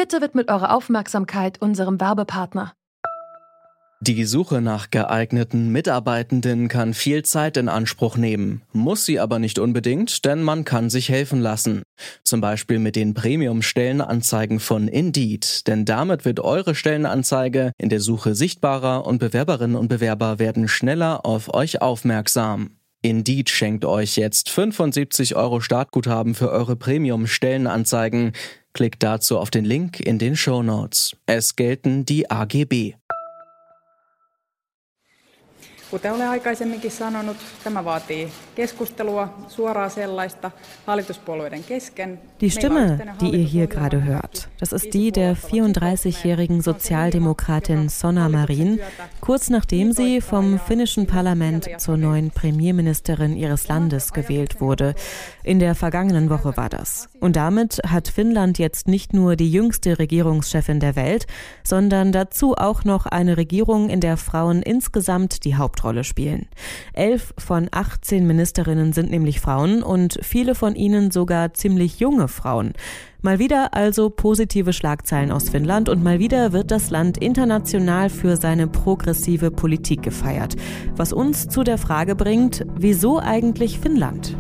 Bitte widmet eure Aufmerksamkeit unserem Werbepartner. Die Suche nach geeigneten Mitarbeitenden kann viel Zeit in Anspruch nehmen, muss sie aber nicht unbedingt, denn man kann sich helfen lassen. Zum Beispiel mit den Premium-Stellenanzeigen von Indeed, denn damit wird eure Stellenanzeige in der Suche sichtbarer und Bewerberinnen und Bewerber werden schneller auf euch aufmerksam. Indeed schenkt euch jetzt 75 € Startguthaben für eure Premium-Stellenanzeigen. Klickt dazu auf den Link in den Shownotes. Es gelten die AGB. Kuten olen aikaisemminkin sanonut, tämä vaatii keskustelua, suoraa sellaista, hallituspuolueiden kesken. Die Stimme, die ihr hier gerade hört, das ist die der 34-jährigen Sozialdemokratin Sanna Marin, kurz nachdem sie vom finnischen Parlament zur neuen Premierministerin ihres Landes gewählt wurde. In der vergangenen Woche war das. Und damit hat Finnland jetzt nicht nur die jüngste Regierungschefin der Welt, sondern dazu auch noch eine Regierung, in der Frauen insgesamt die Hauptrolle spielen. 11 von 18 Ministerinnen sind nämlich Frauen und viele von ihnen sogar ziemlich junge Frauen. Mal wieder also positive Schlagzeilen aus Finnland und mal wieder wird das Land international für seine progressive Politik gefeiert. Was uns zu der Frage bringt, wieso eigentlich Finnland?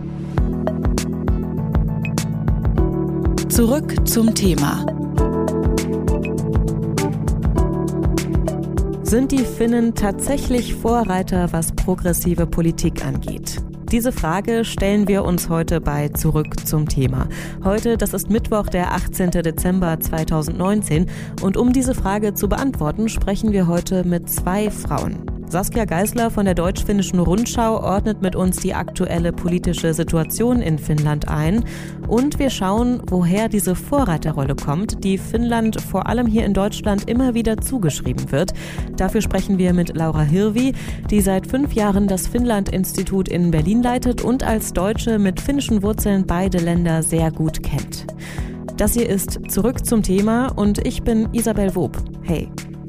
Zurück zum Thema. Sind die Finnen tatsächlich Vorreiter, was progressive Politik angeht? Diese Frage stellen wir uns heute bei Zurück zum Thema. Heute, das ist Mittwoch, der 18. Dezember 2019 und um diese Frage zu beantworten, sprechen wir heute mit 2 Frauen. Saskia Geisler von der Deutsch-Finnischen Rundschau ordnet mit uns die aktuelle politische Situation in Finnland ein und wir schauen, woher diese Vorreiterrolle kommt, die Finnland vor allem hier in Deutschland immer wieder zugeschrieben wird. Dafür sprechen wir mit Laura Hirvi, die seit 5 Jahren das Finnland-Institut in Berlin leitet und als Deutsche mit finnischen Wurzeln beide Länder sehr gut kennt. Das hier ist Zurück zum Thema und ich bin Isabel Wob. Hey.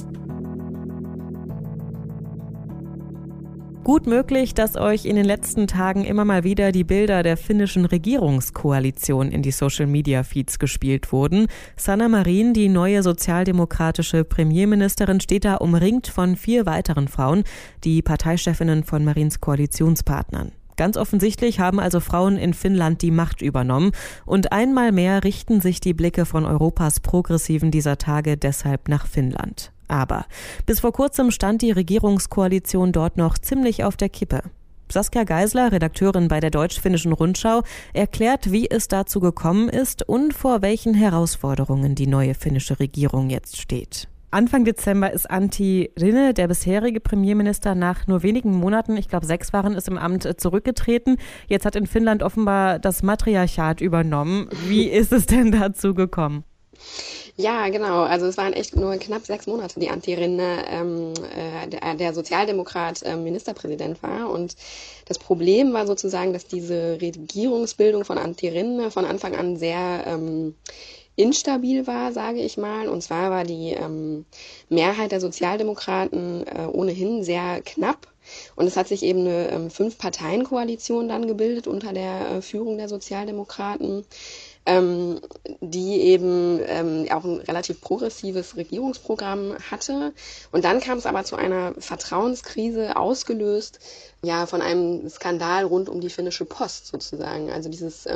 Gut möglich, dass euch in den letzten Tagen immer mal wieder die Bilder der finnischen Regierungskoalition in die Social-Media-Feeds gespielt wurden. Sanna Marin, die neue sozialdemokratische Premierministerin, steht da umringt von 4 weiteren Frauen, die Parteichefinnen von Marins Koalitionspartnern. Ganz offensichtlich haben also Frauen in Finnland die Macht übernommen und einmal mehr richten sich die Blicke von Europas Progressiven dieser Tage deshalb nach Finnland. Aber bis vor kurzem stand die Regierungskoalition dort noch ziemlich auf der Kippe. Saskia Geisler, Redakteurin bei der Deutsch-Finnischen Rundschau, erklärt, wie es dazu gekommen ist und vor welchen Herausforderungen die neue finnische Regierung jetzt steht. Anfang Dezember ist Antti Rinne, der bisherige Premierminister, nach nur wenigen Monaten, ich glaube 6 waren es im Amt, zurückgetreten. Jetzt hat in Finnland offenbar das Matriarchat übernommen. Wie ist es denn dazu gekommen? Ja, genau. Also es waren echt nur knapp 6 Monate, die Antti Rinne, der Sozialdemokrat, Ministerpräsident war. Und das Problem war sozusagen, dass diese Regierungsbildung von Antti Rinne von Anfang an sehr instabil war, sage ich mal. Und zwar war die Mehrheit der Sozialdemokraten ohnehin sehr knapp. Und es hat sich eben eine 5-Parteien-Koalition dann gebildet unter der Führung der Sozialdemokraten, die eben auch ein relativ progressives Regierungsprogramm hatte. Und dann kam es aber zu einer Vertrauenskrise, ausgelöst von einem Skandal rund um die finnische Post sozusagen. Also dieses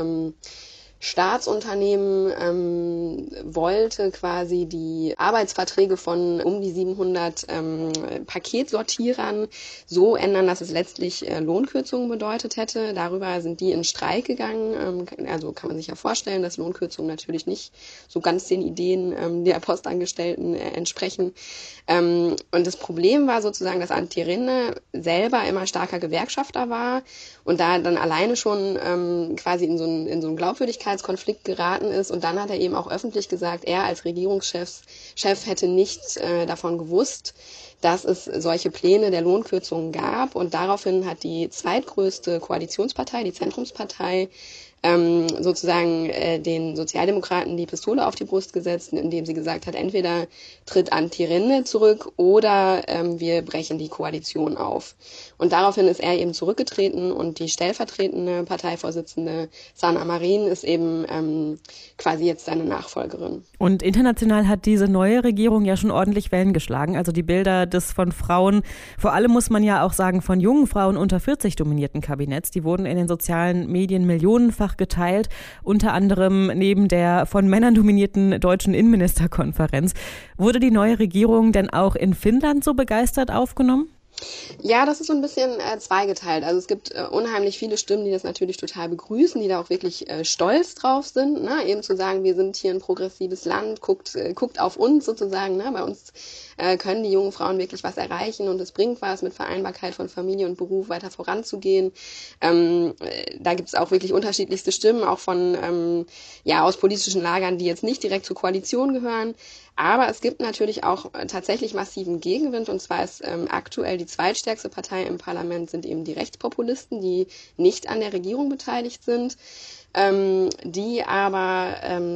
Staatsunternehmen wollte quasi die Arbeitsverträge von um die 700 Paketsortierern so ändern, dass es letztlich Lohnkürzungen bedeutet hätte. Darüber sind die in Streik gegangen. Also kann man sich ja vorstellen, dass Lohnkürzungen natürlich nicht so ganz den Ideen der Postangestellten entsprechen. Und das Problem war sozusagen, dass Antti Rinne selber immer starker Gewerkschafter war und da dann alleine schon quasi in so einen Glaubwürdigkeitskonflikt geraten ist. Und dann hat er eben auch öffentlich gesagt, er als Regierungschef hätte nicht davon gewusst, dass es solche Pläne der Lohnkürzungen gab. Und daraufhin hat die zweitgrößte Koalitionspartei, die Zentrumspartei, sozusagen den Sozialdemokraten die Pistole auf die Brust gesetzt, indem sie gesagt hat, entweder tritt Antti-Rinne zurück oder wir brechen die Koalition auf. Und daraufhin ist er eben zurückgetreten und die stellvertretende Parteivorsitzende Sanna Marin ist eben quasi jetzt seine Nachfolgerin. Und international hat diese neue Regierung ja schon ordentlich Wellen geschlagen. Also die Bilder des von Frauen, vor allem muss man ja auch sagen, von jungen Frauen unter 40 dominierten Kabinetts, die wurden in den sozialen Medien millionenfach geteilt, unter anderem neben der von Männern dominierten deutschen Innenministerkonferenz. Wurde die neue Regierung denn auch in Finnland so begeistert aufgenommen? Ja, das ist so ein bisschen zweigeteilt. Also es gibt unheimlich viele Stimmen, die das natürlich total begrüßen, die da auch wirklich stolz drauf sind, ne? Eben zu sagen, wir sind hier ein progressives Land, guckt auf uns sozusagen, ne? Bei uns können die jungen Frauen wirklich was erreichen und es bringt was, mit Vereinbarkeit von Familie und Beruf weiter voranzugehen. Da gibt es auch wirklich unterschiedlichste Stimmen, auch von aus politischen Lagern, die jetzt nicht direkt zur Koalition gehören. Aber es gibt natürlich auch tatsächlich massiven Gegenwind, und zwar ist aktuell die zweitstärkste Partei im Parlament sind eben die Rechtspopulisten, die nicht an der Regierung beteiligt sind, die aber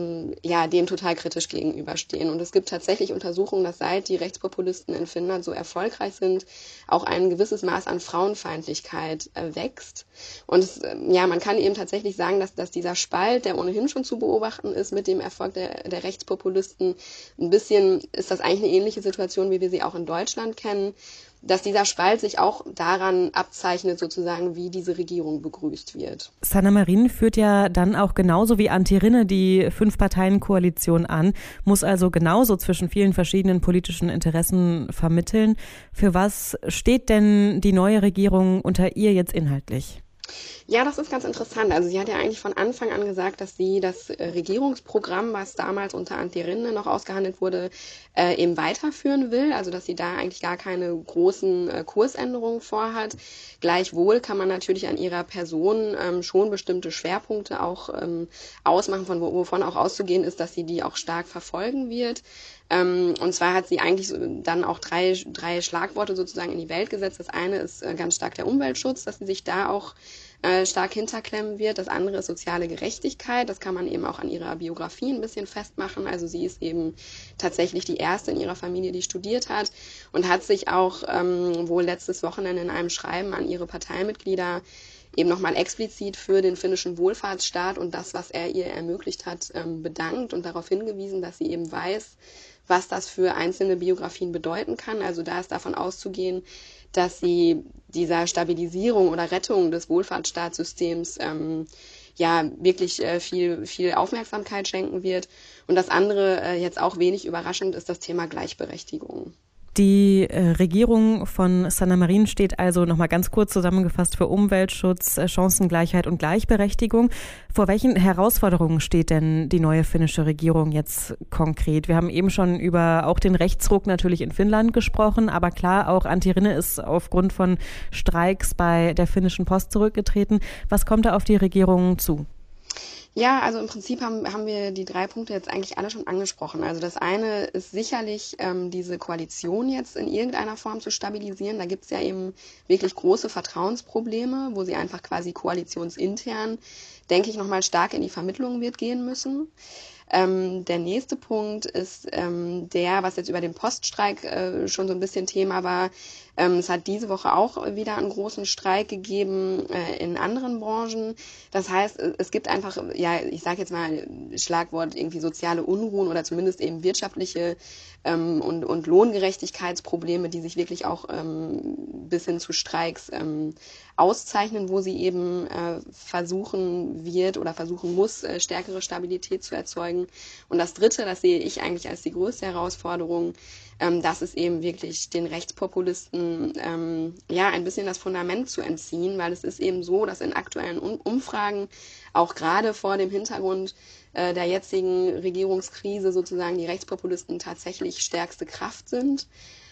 dem total kritisch gegenüberstehen. Und es gibt tatsächlich Untersuchungen, dass seit die Rechtspopulisten in Finnland so erfolgreich sind, auch ein gewisses Maß an Frauenfeindlichkeit wächst. Und man kann eben tatsächlich sagen, dass dieser Spalt, der ohnehin schon zu beobachten ist mit dem Erfolg der Rechtspopulisten, ein bisschen ist das eigentlich eine ähnliche Situation, wie wir sie auch in Deutschland kennen, dass dieser Spalt sich auch daran abzeichnet, sozusagen, wie diese Regierung begrüßt wird. Sanna Marin führt ja dann auch genauso wie Antti-Rinne die 5-Parteien-Koalition an, muss also genauso zwischen vielen verschiedenen politischen Interessen vermitteln. Für was steht denn die neue Regierung unter ihr jetzt inhaltlich? Ja, das ist ganz interessant. Also sie hat ja eigentlich von Anfang an gesagt, dass sie das Regierungsprogramm, was damals unter Antti-Rinne noch ausgehandelt wurde, eben weiterführen will. Also dass sie da eigentlich gar keine großen Kursänderungen vorhat. Gleichwohl kann man natürlich an ihrer Person schon bestimmte Schwerpunkte auch ausmachen, wovon auch auszugehen ist, dass sie die auch stark verfolgen wird. Und zwar hat sie eigentlich dann auch drei Schlagworte sozusagen in die Welt gesetzt. Das eine ist ganz stark der Umweltschutz, dass sie sich da auch stark hinterklemmen wird. Das andere ist soziale Gerechtigkeit. Das kann man eben auch an ihrer Biografie ein bisschen festmachen. Also sie ist eben tatsächlich die erste in ihrer Familie, die studiert hat und hat sich auch wohl letztes Wochenende in einem Schreiben an ihre Parteimitglieder eben nochmal explizit für den finnischen Wohlfahrtsstaat und das, was er ihr ermöglicht hat, bedankt und darauf hingewiesen, dass sie eben weiß, was das für einzelne Biografien bedeuten kann. Also da ist davon auszugehen, dass sie dieser Stabilisierung oder Rettung des Wohlfahrtsstaatssystems wirklich viel Aufmerksamkeit schenken wird. Und das andere, jetzt auch wenig überraschend, ist das Thema Gleichberechtigung. Die Regierung von Sanna Marin steht also nochmal ganz kurz zusammengefasst für Umweltschutz, Chancengleichheit und Gleichberechtigung. Vor welchen Herausforderungen steht denn die neue finnische Regierung jetzt konkret? Wir haben eben schon über auch den Rechtsruck natürlich in Finnland gesprochen, aber klar, auch Antti-Rinne ist aufgrund von Streiks bei der finnischen Post zurückgetreten. Was kommt da auf die Regierung zu? Ja, also im Prinzip haben wir die 3 Punkte jetzt eigentlich alle schon angesprochen. Also das eine ist sicherlich, diese Koalition jetzt in irgendeiner Form zu stabilisieren. Da gibt's ja eben wirklich große Vertrauensprobleme, wo sie einfach quasi koalitionsintern, denke ich, nochmal stark in die Vermittlung wird gehen müssen. Der nächste Punkt ist was jetzt über den Poststreik schon so ein bisschen Thema war. Es hat diese Woche auch wieder einen großen Streik gegeben in anderen Branchen. Das heißt, es gibt einfach, ich sage jetzt mal Schlagwort irgendwie soziale Unruhen oder zumindest eben wirtschaftliche und Lohngerechtigkeitsprobleme, die sich wirklich auch bis hin zu Streiks auszeichnen, wo sie eben versuchen muss, stärkere Stabilität zu erzeugen. Und das Dritte, das sehe ich eigentlich als die größte Herausforderung, das ist eben wirklich den Rechtspopulisten ein bisschen das Fundament zu entziehen, weil es ist eben so, dass in aktuellen Umfragen, auch gerade vor dem Hintergrund der jetzigen Regierungskrise sozusagen die Rechtspopulisten tatsächlich stärkste Kraft sind.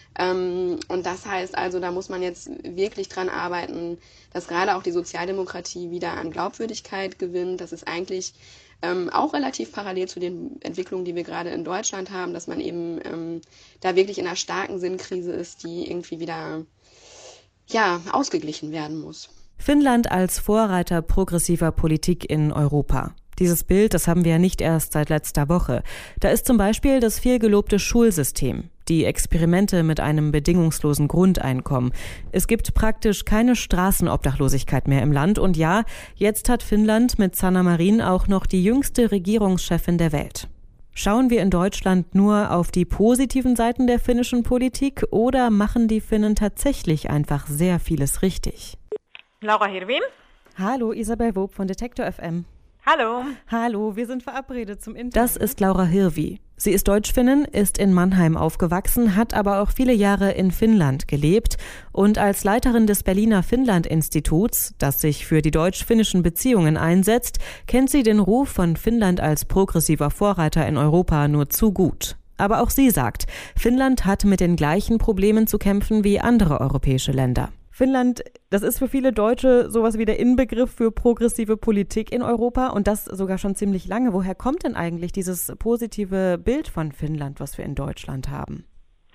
Und das heißt also, da muss man jetzt wirklich dran arbeiten, dass gerade auch die Sozialdemokratie wieder an Glaubwürdigkeit gewinnt. Das ist eigentlich auch relativ parallel zu den Entwicklungen, die wir gerade in Deutschland haben, dass man eben da wirklich in einer starken Sinnkrise ist, die irgendwie wieder ausgeglichen werden muss. Finnland als Vorreiter progressiver Politik in Europa. Dieses Bild, das haben wir ja nicht erst seit letzter Woche. Da ist zum Beispiel das vielgelobte Schulsystem, die Experimente mit einem bedingungslosen Grundeinkommen. Es gibt praktisch keine Straßenobdachlosigkeit mehr im Land. Und ja, jetzt hat Finnland mit Sanna Marin auch noch die jüngste Regierungschefin der Welt. Schauen wir in Deutschland nur auf die positiven Seiten der finnischen Politik oder machen die Finnen tatsächlich einfach sehr vieles richtig? Laura Hirvi. Hallo, Isabel Wob von Detektor FM. Hallo. Hallo, wir sind verabredet zum Interview. Das ist Laura Hirvi. Sie ist Deutschfinnin, ist in Mannheim aufgewachsen, hat aber auch viele Jahre in Finnland gelebt und als Leiterin des Berliner Finnland-Instituts, das sich für die deutsch-finnischen Beziehungen einsetzt, kennt sie den Ruf von Finnland als progressiver Vorreiter in Europa nur zu gut. Aber auch sie sagt, Finnland hat mit den gleichen Problemen zu kämpfen wie andere europäische Länder. Finnland, das ist für viele Deutsche sowas wie der Inbegriff für progressive Politik in Europa und das sogar schon ziemlich lange. Woher kommt denn eigentlich dieses positive Bild von Finnland, was wir in Deutschland haben?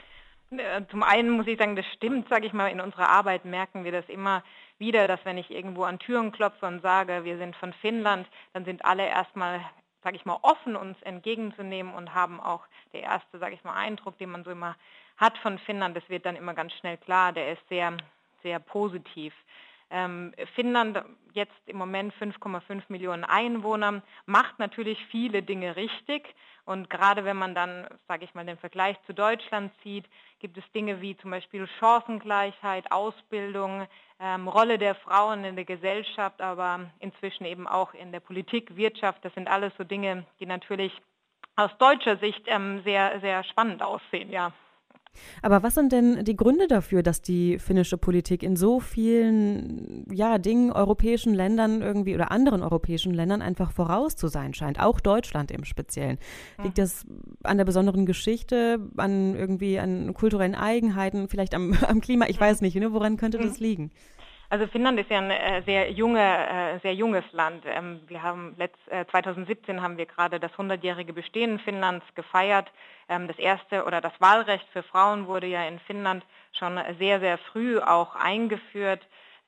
Zum einen muss ich sagen, das stimmt, sage ich mal, in unserer Arbeit merken wir das immer wieder, dass wenn ich irgendwo an Türen klopfe und sage, wir sind von Finnland, dann sind alle erstmal, sage ich mal, offen, uns entgegenzunehmen und haben auch der erste, sage ich mal, Eindruck, den man so immer hat von Finnland, das wird dann immer ganz schnell klar, der ist sehr positiv. Finnland, jetzt im Moment 5,5 Millionen Einwohner, macht natürlich viele Dinge richtig und gerade wenn man dann, sage ich mal, den Vergleich zu Deutschland zieht, gibt es Dinge wie zum Beispiel Chancengleichheit, Ausbildung, Rolle der Frauen in der Gesellschaft, aber inzwischen eben auch in der Politik, Wirtschaft, das sind alles so Dinge, die natürlich aus deutscher Sicht sehr, sehr spannend aussehen, ja. Aber was sind denn die Gründe dafür, dass die finnische Politik in so vielen Dingen, europäischen Ländern irgendwie oder anderen europäischen Ländern einfach voraus zu sein scheint, auch Deutschland im Speziellen? Liegt das an der besonderen Geschichte, an kulturellen Eigenheiten, vielleicht am Klima? Ich weiß nicht, woran könnte das liegen? Also Finnland ist ja ein sehr junges Land. Wir haben 2017 haben wir gerade das 100-jährige Bestehen Finnlands gefeiert. Das Wahlrecht für Frauen wurde ja in Finnland schon sehr, sehr früh auch eingeführt.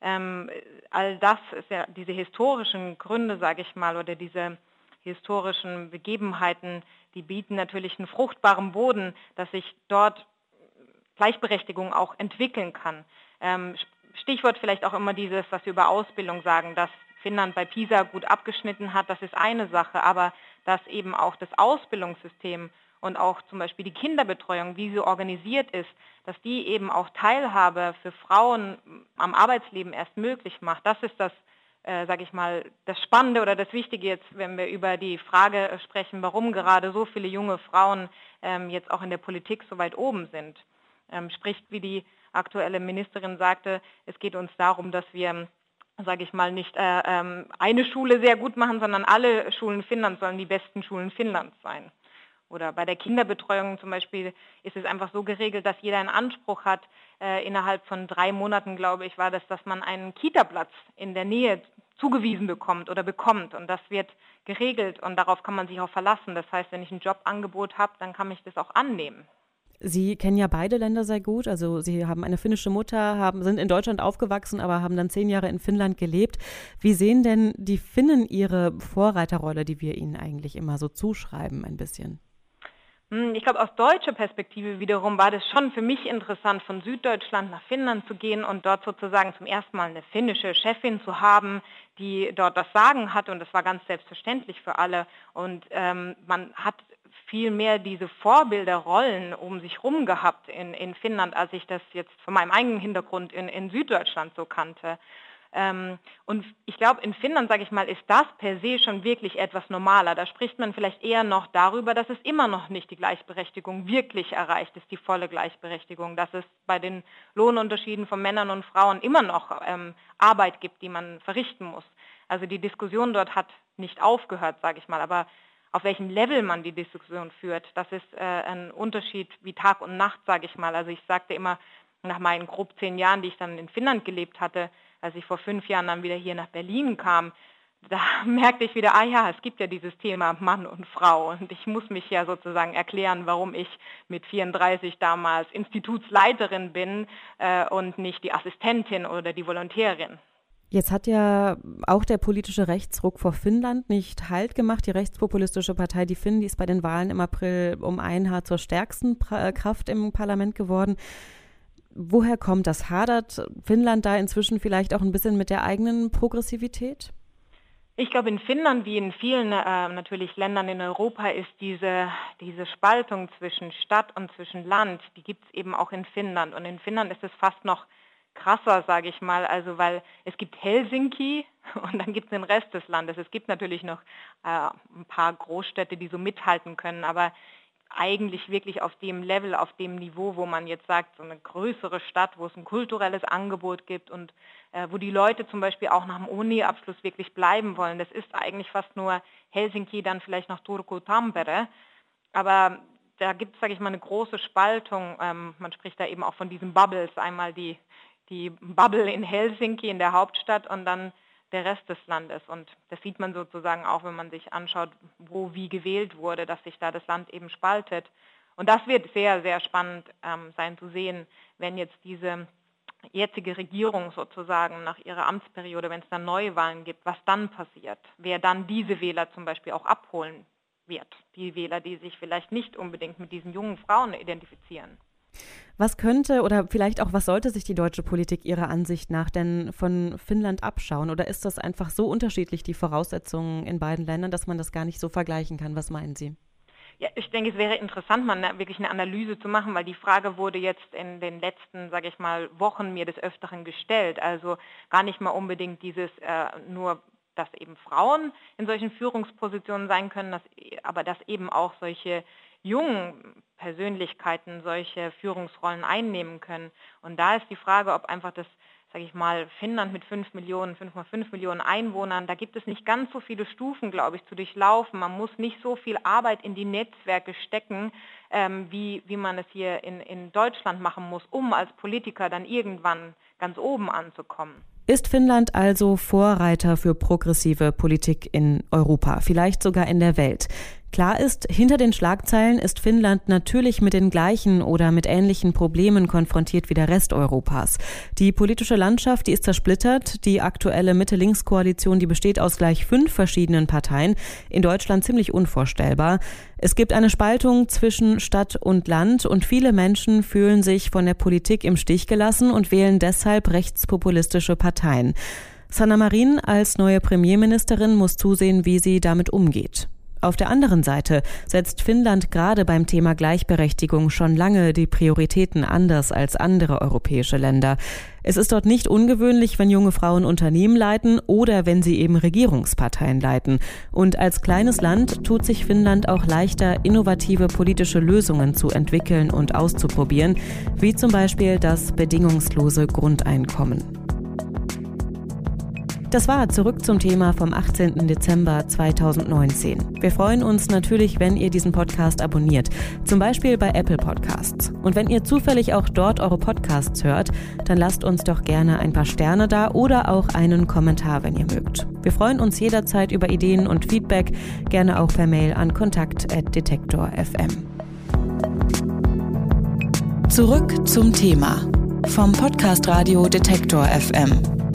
All das ist ja diese historischen Gründe, sage ich mal, oder diese historischen Begebenheiten, die bieten natürlich einen fruchtbaren Boden, dass sich dort Gleichberechtigung auch entwickeln kann. Stichwort vielleicht auch immer dieses, was wir über Ausbildung sagen, dass Finnland bei PISA gut abgeschnitten hat, das ist eine Sache, aber dass eben auch das Ausbildungssystem und auch zum Beispiel die Kinderbetreuung, wie sie organisiert ist, dass die eben auch Teilhabe für Frauen am Arbeitsleben erst möglich macht. Das ist das, sage ich mal, das Spannende oder das Wichtige jetzt, wenn wir über die Frage sprechen, warum gerade so viele junge Frauen jetzt auch in der Politik so weit oben sind. Sprich, wie die aktuelle Ministerin sagte, es geht uns darum, dass wir, sage ich mal, nicht eine Schule sehr gut machen, sondern alle Schulen Finnlands sollen die besten Schulen Finnlands sein. Oder bei der Kinderbetreuung zum Beispiel ist es einfach so geregelt, dass jeder einen Anspruch hat. Innerhalb von 3 Monaten, glaube ich, war das, dass man einen Kita-Platz in der Nähe zugewiesen bekommt. Und das wird geregelt und darauf kann man sich auch verlassen. Das heißt, wenn ich ein Jobangebot habe, dann kann ich das auch annehmen. Sie kennen ja beide Länder sehr gut, also Sie haben eine finnische Mutter, sind in Deutschland aufgewachsen, aber haben dann 10 Jahre in Finnland gelebt. Wie sehen denn die Finnen ihre Vorreiterrolle, die wir ihnen eigentlich immer so zuschreiben, ein bisschen? Ich glaube, aus deutscher Perspektive wiederum war das schon für mich interessant, von Süddeutschland nach Finnland zu gehen und dort sozusagen zum ersten Mal eine finnische Chefin zu haben, die dort das Sagen hatte und das war ganz selbstverständlich für alle und man hat viel mehr diese Vorbilderrollen um sich rum gehabt in Finnland, als ich das jetzt von meinem eigenen Hintergrund in Süddeutschland so kannte. Und ich glaube, in Finnland, sage ich mal, ist das per se schon wirklich etwas normaler. Da spricht man vielleicht eher noch darüber, dass es immer noch nicht die Gleichberechtigung wirklich erreicht ist, die volle Gleichberechtigung, dass es bei den Lohnunterschieden von Männern und Frauen immer noch Arbeit gibt, die man verrichten muss. Also die Diskussion dort hat nicht aufgehört, sage ich mal, aber auf welchem Level man die Diskussion führt, das ist ein Unterschied wie Tag und Nacht, sage ich mal. Also ich sagte immer, nach meinen grob 10 Jahren, die ich dann in Finnland gelebt hatte, als ich vor 5 Jahren dann wieder hier nach Berlin kam, da merkte ich wieder, es gibt ja dieses Thema Mann und Frau und ich muss mich ja sozusagen erklären, warum ich mit 34 damals Institutsleiterin bin und nicht die Assistentin oder die Volontärin. Jetzt hat ja auch der politische Rechtsruck vor Finnland nicht Halt gemacht. Die rechtspopulistische Partei, die Finnen, die ist bei den Wahlen im April um ein Haar zur stärksten Kraft im Parlament geworden. Woher kommt das? Hadert Finnland da inzwischen vielleicht auch ein bisschen mit der eigenen Progressivität? Ich glaube, in Finnland wie in vielen natürlich Ländern in Europa ist diese Spaltung zwischen Stadt und zwischen Land, die gibt es eben auch in Finnland. Und in Finnland ist es fast noch krasser, sage ich mal, also weil es gibt Helsinki und dann gibt es den Rest des Landes. Es gibt natürlich noch ein paar Großstädte, die so mithalten können, aber eigentlich wirklich auf dem Level, auf dem Niveau, wo man jetzt sagt, so eine größere Stadt, wo es ein kulturelles Angebot gibt und wo die Leute zum Beispiel auch nach dem Uni-Abschluss wirklich bleiben wollen. Das ist eigentlich fast nur Helsinki, dann vielleicht noch Turku, Tampere, aber da gibt es, sage ich mal, eine große Spaltung. Man spricht da eben auch von diesen Bubbles, einmal die Bubble in Helsinki, in der Hauptstadt und dann der Rest des Landes. Und das sieht man sozusagen auch, wenn man sich anschaut, wo wie gewählt wurde, dass sich da das Land eben spaltet. Und das wird sehr, sehr spannend sein zu sehen, wenn jetzt diese jetzige Regierung sozusagen nach ihrer Amtsperiode, wenn es dann Neuwahlen gibt, was dann passiert, wer dann diese Wähler zum Beispiel auch abholen wird. Die Wähler, die sich vielleicht nicht unbedingt mit diesen jungen Frauen identifizieren. Was könnte oder vielleicht auch, was sollte sich die deutsche Politik Ihrer Ansicht nach denn von Finnland abschauen? Oder ist das einfach so unterschiedlich, die Voraussetzungen in beiden Ländern, dass man das gar nicht so vergleichen kann? Was meinen Sie? Ja, ich denke, es wäre interessant, mal wirklich eine Analyse zu machen, weil die Frage wurde jetzt in den letzten, sage ich mal, Wochen mir des Öfteren gestellt. Also gar nicht mal unbedingt nur, dass eben Frauen in solchen Führungspositionen sein können, aber dass eben auch solche jungen Persönlichkeiten solche Führungsrollen einnehmen können. Und da ist die Frage, ob einfach das, sage ich mal, Finnland mit 5,5 Millionen Einwohnern, da gibt es nicht ganz so viele Stufen, glaube ich, zu durchlaufen. Man muss nicht so viel Arbeit in die Netzwerke stecken, wie man es hier in Deutschland machen muss, um als Politiker dann irgendwann ganz oben anzukommen. Ist Finnland also Vorreiter für progressive Politik in Europa, vielleicht sogar in der Welt? Klar ist, hinter den Schlagzeilen ist Finnland natürlich mit den gleichen oder mit ähnlichen Problemen konfrontiert wie der Rest Europas. Die politische Landschaft, die ist zersplittert. Die aktuelle Mitte-Links-Koalition, die besteht aus gleich 5 verschiedenen Parteien. In Deutschland ziemlich unvorstellbar. Es gibt eine Spaltung zwischen Stadt und Land und viele Menschen fühlen sich von der Politik im Stich gelassen und wählen deshalb rechtspopulistische Parteien. Sanna Marin als neue Premierministerin muss zusehen, wie sie damit umgeht. Auf der anderen Seite setzt Finnland gerade beim Thema Gleichberechtigung schon lange die Prioritäten anders als andere europäische Länder. Es ist dort nicht ungewöhnlich, wenn junge Frauen Unternehmen leiten oder wenn sie eben Regierungsparteien leiten. Und als kleines Land tut sich Finnland auch leichter, innovative politische Lösungen zu entwickeln und auszuprobieren, wie zum Beispiel das bedingungslose Grundeinkommen. Das war Zurück zum Thema vom 18. Dezember 2019. Wir freuen uns natürlich, wenn ihr diesen Podcast abonniert, zum Beispiel bei Apple Podcasts. Und wenn ihr zufällig auch dort eure Podcasts hört, dann lasst uns doch gerne ein paar Sterne da oder auch einen Kommentar, wenn ihr mögt. Wir freuen uns jederzeit über Ideen und Feedback, gerne auch per Mail an kontakt@detektor.fm. Zurück zum Thema vom Podcast Radio Detektor FM.